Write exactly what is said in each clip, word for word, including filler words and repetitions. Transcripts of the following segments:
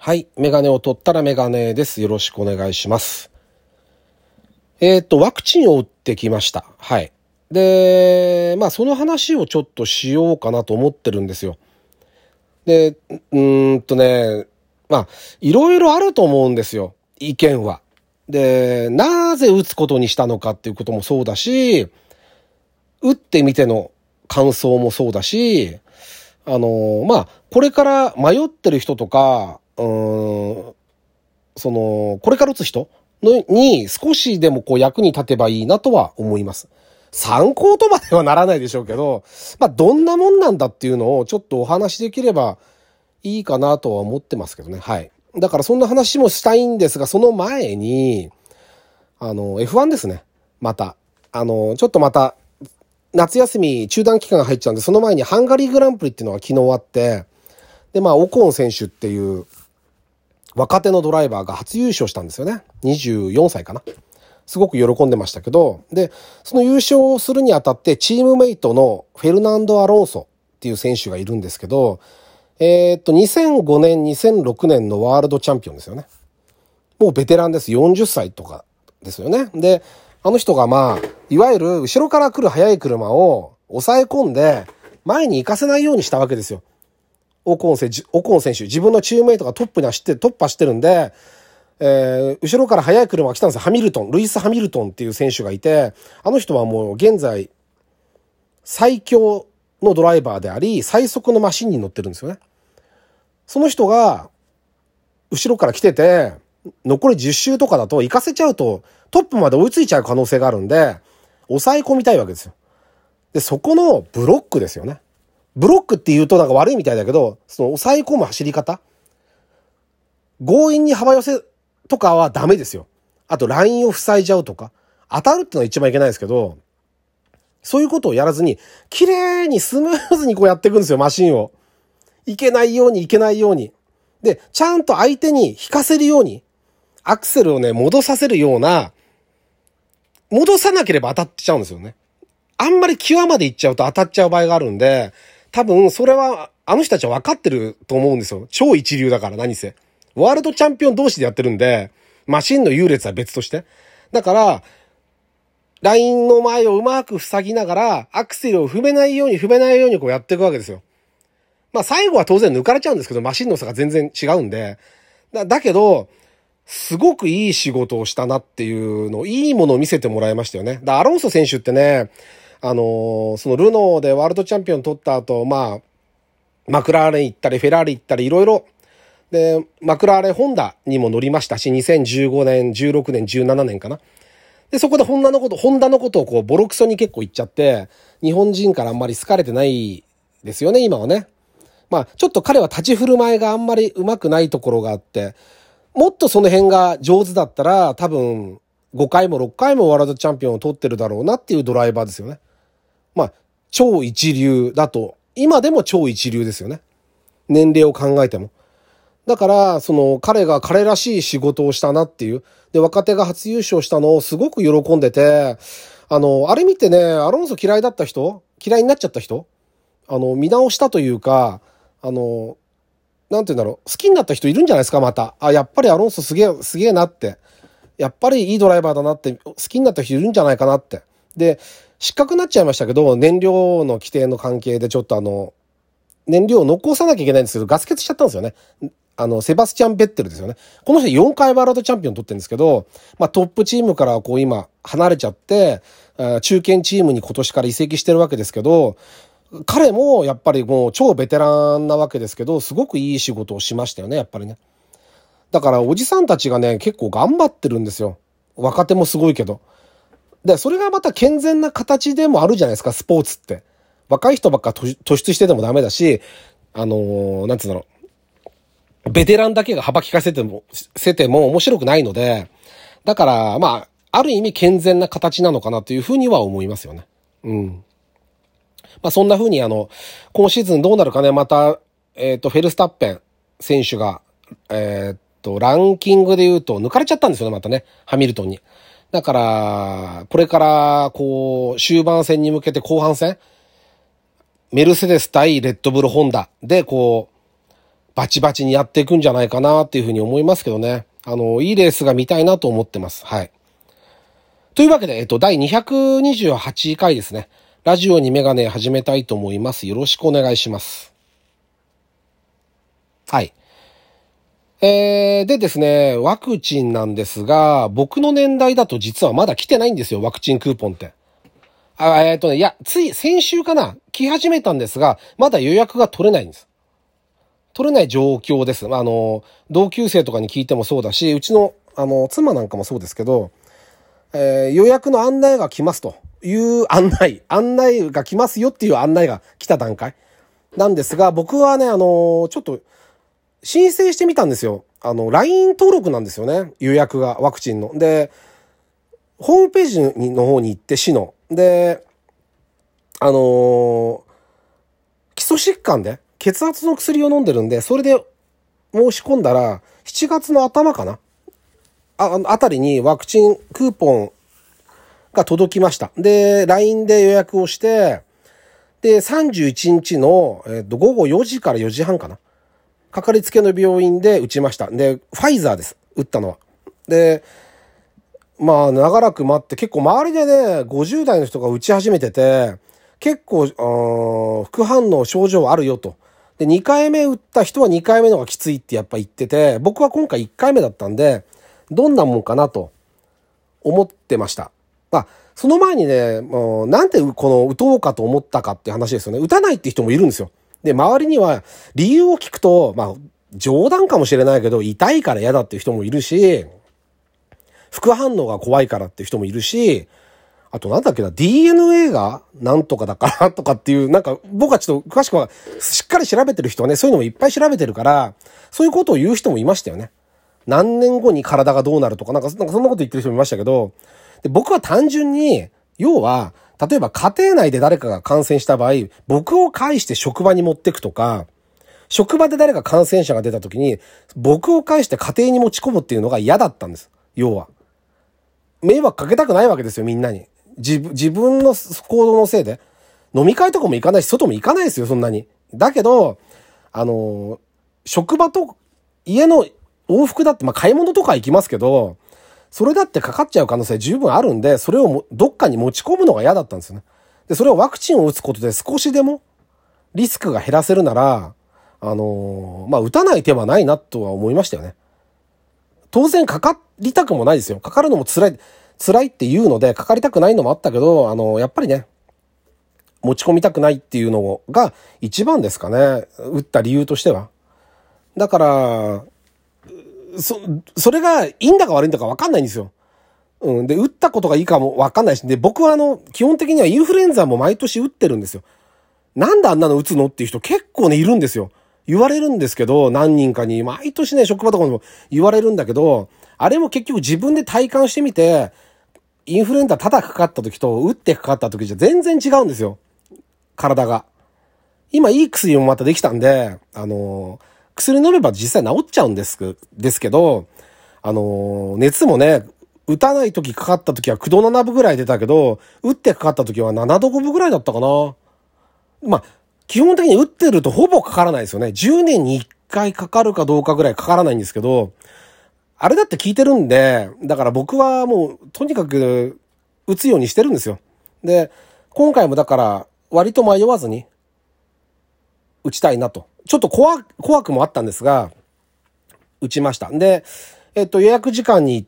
はい。メガネを取ったらメガネです。よろしくお願いします。えっと、ワクチンを打ってきました。はい。で、まあ、その話をちょっとしようかなと思ってるんですよ。で、うーんとね、まあ、いろいろあると思うんですよ。意見は。で、なぜ打つことにしたのかっていうこともそうだし、打ってみての感想もそうだし、あの、まあ、これから迷ってる人とか、うーん、その、これから打つ人のに少しでもこう役に立てばいいなとは思います。参考とまではならないでしょうけど、まあ、どんなもんなんだっていうのをちょっとお話しできればいいかなとは思ってますけどね。はい。だからそんな話もしたいんですが、その前に、あの、エフワン ですね。また。あの、ちょっとまた、夏休み中断期間が入っちゃうんで、その前にハンガリーグランプリっていうのが昨日あって、で、まあ、オコン選手っていう若手のドライバーが初優勝したんですよね。にじゅうよんさいかな。すごく喜んでましたけど、で、その優勝するにあたってチームメイトのフェルナンド・アロンソっていう選手がいるんですけど、えー、っと、にせんごねん、にせんろくねんのワールドチャンピオンですよね。もうベテランです。よんじゅっさいとかですよね。で、あの人がまあ、いわゆる後ろから来る速い車を抑え込んで前に行かせないようにしたわけですよ。オコン選手、オコン選手、自分のチームメイトがトップに走って、突破してるんで、えー、後ろから速い車が来たんですよ。ハミルトン、ルイス・ハミルトンっていう選手がいて、あの人はもう現在、最強のドライバーであり、最速のマシンに乗ってるんですよね。その人が、後ろから来てて、残りじゅっ周とかだと行かせちゃうと、トップまで追いついちゃう可能性があるんで、抑え込みたいわけですよ。で、そこのブロックですよね。ブロックって言うとなんか悪いみたいだけど、その抑え込む走り方、強引に幅寄せとかはダメですよ。あとラインを塞いじゃうとか、当たるってのは一番いけないですけど、そういうことをやらずに、綺麗にスムーズにこうやっていくんですよ、マシンを。いけないようにいけないように。で、ちゃんと相手に引かせるように、アクセルをね、戻させるような、戻さなければ当たっちゃうんですよね。あんまり際まで行っちゃうと当たっちゃう場合があるんで、多分それはあの人たちは分かってると思うんですよ。超一流だから何せ。ワールドチャンピオン同士でやってるんで、マシンの優劣は別として。だから、ラインの前をうまく塞ぎながら、アクセルを踏めないように踏めないようにこうやっていくわけですよ。まあ最後は当然抜かれちゃうんですけど、マシンの差が全然違うんで。だ、だけど、すごくいい仕事をしたなっていうの、いいものを見せてもらいましたよね。だアロンソ選手ってね、あのー、そのルノーでワールドチャンピオン取った後、まあ、マクラーレン行ったり、フェラーリ行ったり、いろいろ、で、マクラーレン、ホンダにも乗りましたし、にせんじゅうごねん、じゅうろくねん、じゅうななねんかな。で、そこでホンダのこと、ホンダのことをこう、ボロクソに結構言っちゃって、日本人からあんまり好かれてないですよね、今はね。まあ、ちょっと彼は立ち振る舞いがあんまり上手くないところがあって、もっとその辺が上手だったら、多分、ごかいもろっかいもワールドチャンピオンを取ってるだろうなっていうドライバーですよね。まあ、超一流だと、今でも超一流ですよね。年齢を考えても。だから、その、彼が彼らしい仕事をしたなっていう。で、若手が初優勝したのをすごく喜んでて、あの、あれ見てね、アロンソ嫌いだった人、嫌いになっちゃった人、あの、見直したというか、あの、なんて言うんだろう、好きになった人いるんじゃないですか、また。あ、やっぱりアロンソすげえ、すげえなって。やっぱりいいドライバーだなって、好きになった人いるんじゃないかなって。で、失格になっちゃいましたけど、燃料の規定の関係でちょっとあの、燃料を残さなきゃいけないんですけど、ガス欠しちゃったんですよね。あの、セバスチャン・ベッテルですよね。この人よんかいワールドチャンピオン取ってるんですけど、まあトップチームからこう今離れちゃって、中堅チームに今年から移籍してるわけですけど、彼もやっぱりもう超ベテランなわけですけど、すごくいい仕事をしましたよね、やっぱりね。だからおじさんたちがね、結構頑張ってるんですよ。若手もすごいけど。で、それがまた健全な形でもあるじゃないですか、スポーツって。若い人ばっか突出しててもダメだし、あのー、なんつうんだろう。ベテランだけが幅利かせても、せても面白くないので、だから、まあ、ある意味健全な形なのかなというふうには思いますよね。うん。まあそんな風にあの、今シーズンどうなるかね、また、えっと、フェルスタッペン選手が、えっと、ランキングで言うと抜かれちゃったんですよね、またね、ハミルトンに。だから、これから、こう、終盤戦に向けて後半戦、メルセデス対レッドブルホンダで、こう、 バチバチにやっていくんじゃないかなっていうふうに思いますけどね。あの、いいレースが見たいなと思ってます。はい。というわけで、えっと、だいにひゃくにじゅうはちかいですね。ラジオにメガネ始めたいと思います。よろしくお願いします。はい。えー、でですね、ワクチンなんですが、僕の年代だと実はまだ来てないんですよ、ワクチンクーポンって。あ、えっとね、いや、つい先週かな、来始めたんですが、まだ予約が取れないんです。取れない状況です。あの、同級生とかに聞いてもそうだし、うちの、あの、妻なんかもそうですけど、えー、予約の案内が来ますという案内、案内が来ますよっていう案内が来た段階なんですが、僕はね、あの、ちょっと、申請してみたんですよ。あの、ライン 登録なんですよね。予約が、ワクチンの。で、ホームページの方に行って、市の。で、あのー、基礎疾患で、血圧の薬を飲んでるんで、それで申し込んだら、しちがつの頭かなあ、あたりにワクチンクーポンが届きました。で、ライン で予約をして、で、さんじゅういちにちの、えっと、ごごよじからよじはんかな。かかりつけの病院で打ちました。で、ファイザーです。打ったのは。で、まあ、長らく待って、結構周りでね、ごじゅうだいの人が打ち始めてて、結構、副反応症状あるよと。で、にかいめ打った人はにかいめのがきついってやっぱ言ってて、僕は今回いっかいめだったんで、どんなもんかなと思ってました。まあ、その前にね、もうなんでこの打とうかと思ったかって話ですよね。打たないって人もいるんですよ。で、周りには理由を聞くと、まあ、冗談かもしれないけど、痛いから嫌だっていう人もいるし、副反応が怖いからっていう人もいるし、あとなんだっけな、ディーエヌエー がなんとかだからとかっていう、なんか僕はちょっと詳しくはしっかり調べてる人はね、そういうのもいっぱい調べてるから、そういうことを言う人もいましたよね。何年後に体がどうなるとか、なんか、なんかそんなこと言ってる人もいましたけど、で僕は単純に、要は、例えば家庭内で誰かが感染した場合、僕を介して職場に持ってくとか、職場で誰か感染者が出た時に、僕を介して家庭に持ち込むっていうのが嫌だったんです。要は。迷惑かけたくないわけですよ、みんなに。自分、自分の行動のせいで。飲み会とかも行かないし、外も行かないですよ、そんなに。だけど、あの、職場と家の往復だって、まあ買い物とか行きますけど、それだってかかっちゃう可能性十分あるんで、それをもどっかに持ち込むのが嫌だったんですよね。で、それをワクチンを打つことで少しでもリスクが減らせるなら、あのー、まあ、打たない手はないなとは思いましたよね。当然かかりたくもないですよ。かかるのも辛い、辛いっていうので、かかりたくないのもあったけど、あのー、やっぱりね、持ち込みたくないっていうのが一番ですかね。打った理由としては。だから、そ、それがいいんだか悪いんだか分かんないんですよ。うん。で、打ったことがいいかも分かんないし、で、僕はあの、基本的にはインフルエンザも毎年打ってるんですよ。なんであんなの打つのっていう人結構ね、いるんですよ。言われるんですけど、何人かに、毎年ね、職場とかでも言われるんだけど、あれも結局自分で体感してみて、インフルエンザただかかった時と、打ってかかった時じゃ全然違うんですよ。体が。今いい薬もまたできたんで、あのー、薬飲めば実際治っちゃうんです、ですけど、あのー、熱もね、打たない時かかった時はきゅうどななぶぐらい出たけど、打ってかかった時はななどごぶぐらいだったかな。まあ、基本的に打ってるとほぼかからないですよね。じゅうねんにいっかいかかるかどうかぐらいかからないんですけど、あれだって効いてるんで、だから僕はもう、とにかく、打つようにしてるんですよ。で、今回もだから、割と迷わずに、打ちたいなと。ちょっと怖、怖くもあったんですが、打ちました。で、えっと、予約時間に行って、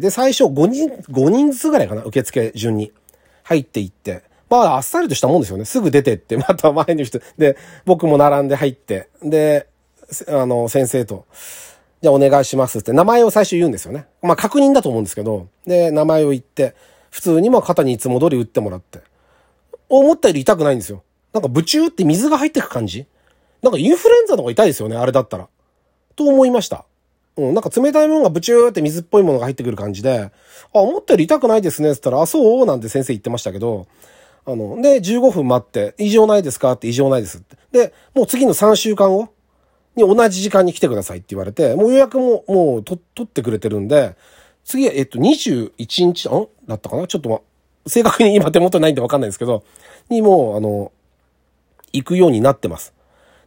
で、最初ごにん、ごにんずつぐらいかな、受付順に入っていって、まあ、あっさりとしたもんですよね。すぐ出てって、また前の人、で、僕も並んで入って、で、あの、先生と、じゃあお願いしますって、名前を最初言うんですよね。まあ、確認だと思うんですけど、で、名前を言って、普通にまあ肩にいつも通り打ってもらって、思ったより痛くないんですよ。なんかブチューって水が入ってく感じ？なんかインフルエンザの方が痛いですよね、あれだったら。と思いました。うん、なんか冷たいものがブチューって水っぽいものが入ってくる感じで、あ、思ったより痛くないですね、って言ったら、あ、そうなんて先生言ってましたけど、あの、で、じゅうごふん待って、異常ないですかって異常ないですって。で、もう次のさんしゅうかんごに同じ時間に来てくださいって言われて、もう予約ももうと取ってくれてるんで、次は、えっと、にじゅういちにち、んだったかなちょっとま、正確に今手元ないんでわかんないですけど、にもう、あの、行くようになってます。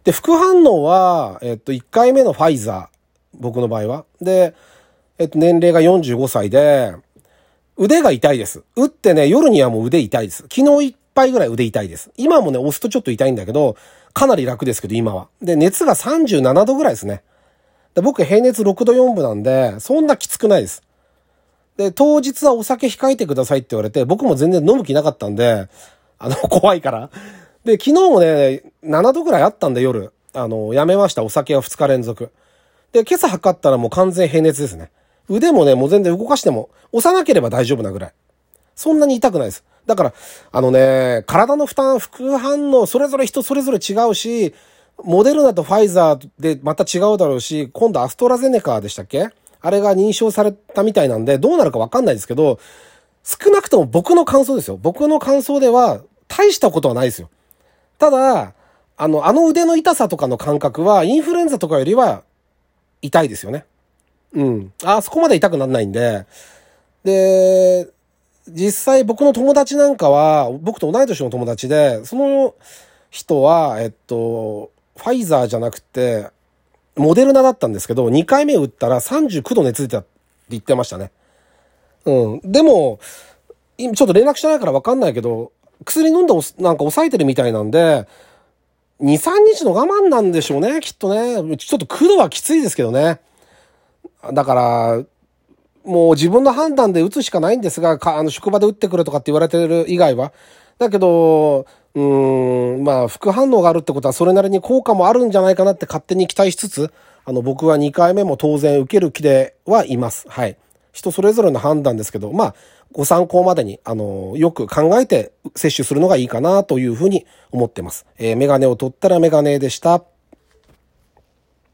で、副反応は、えっと、いっかいめのファイザー。僕の場合は。で、えっと、年齢がよんじゅうごさいで、腕が痛いです。打ってね、夜にはもう腕痛いです。昨日いっぱいぐらい腕痛いです。今もね、押すとちょっと痛いんだけど、かなり楽ですけど、今は。で、熱がさんじゅうななどぐらいですね。で、僕、平熱ろくどよんぶなんで、そんなきつくないです。で、当日はお酒控えてくださいって言われて、僕も全然飲む気なかったんで、あの、怖いから。で、昨日もね、ななどぐらいあったんで、夜。あの、やめました。お酒はふつか連続。で、今朝測ったらもう完全平熱ですね。腕もね、もう全然動かしても、押さなければ大丈夫なぐらい。そんなに痛くないです。だから、あのね、体の負担、副反応、それぞれ人それぞれ違うし、モデルナとファイザーでまた違うだろうし、今度アストラゼネカでしたっけ？あれが認証されたみたいなんで、どうなるかわかんないですけど、少なくとも僕の感想ですよ。僕の感想では、大したことはないですよ。ただ、あの、あの腕の痛さとかの感覚は、インフルエンザとかよりは、痛いですよね。うん。あそこまで痛くならないんで。で、実際僕の友達なんかは、僕と同い年の友達で、その人は、えっと、ファイザーじゃなくて、モデルナだったんですけど、にかいめ打ったらさんじゅうきゅうど熱出たって言ってましたね。うん。でも、今ちょっと連絡してないから分かんないけど、薬飲んでなんか抑えてるみたいなんで、に、さんにちの我慢なんでしょうね、きっとね。ちょっときゅうどはきついですけどね。だから、もう自分の判断で打つしかないんですが、かあの職場で打ってくれとかって言われてる以外は。だけど、うーん、まあ副反応があるってことはそれなりに効果もあるんじゃないかなって勝手に期待しつつ、あの僕はにかいめも当然受ける気ではいます。はい。人それぞれの判断ですけど、まあご参考までに、あの、よく考えて接種するのがいいかなというふうに思ってます。えー、メガネを取ったらメガネでした。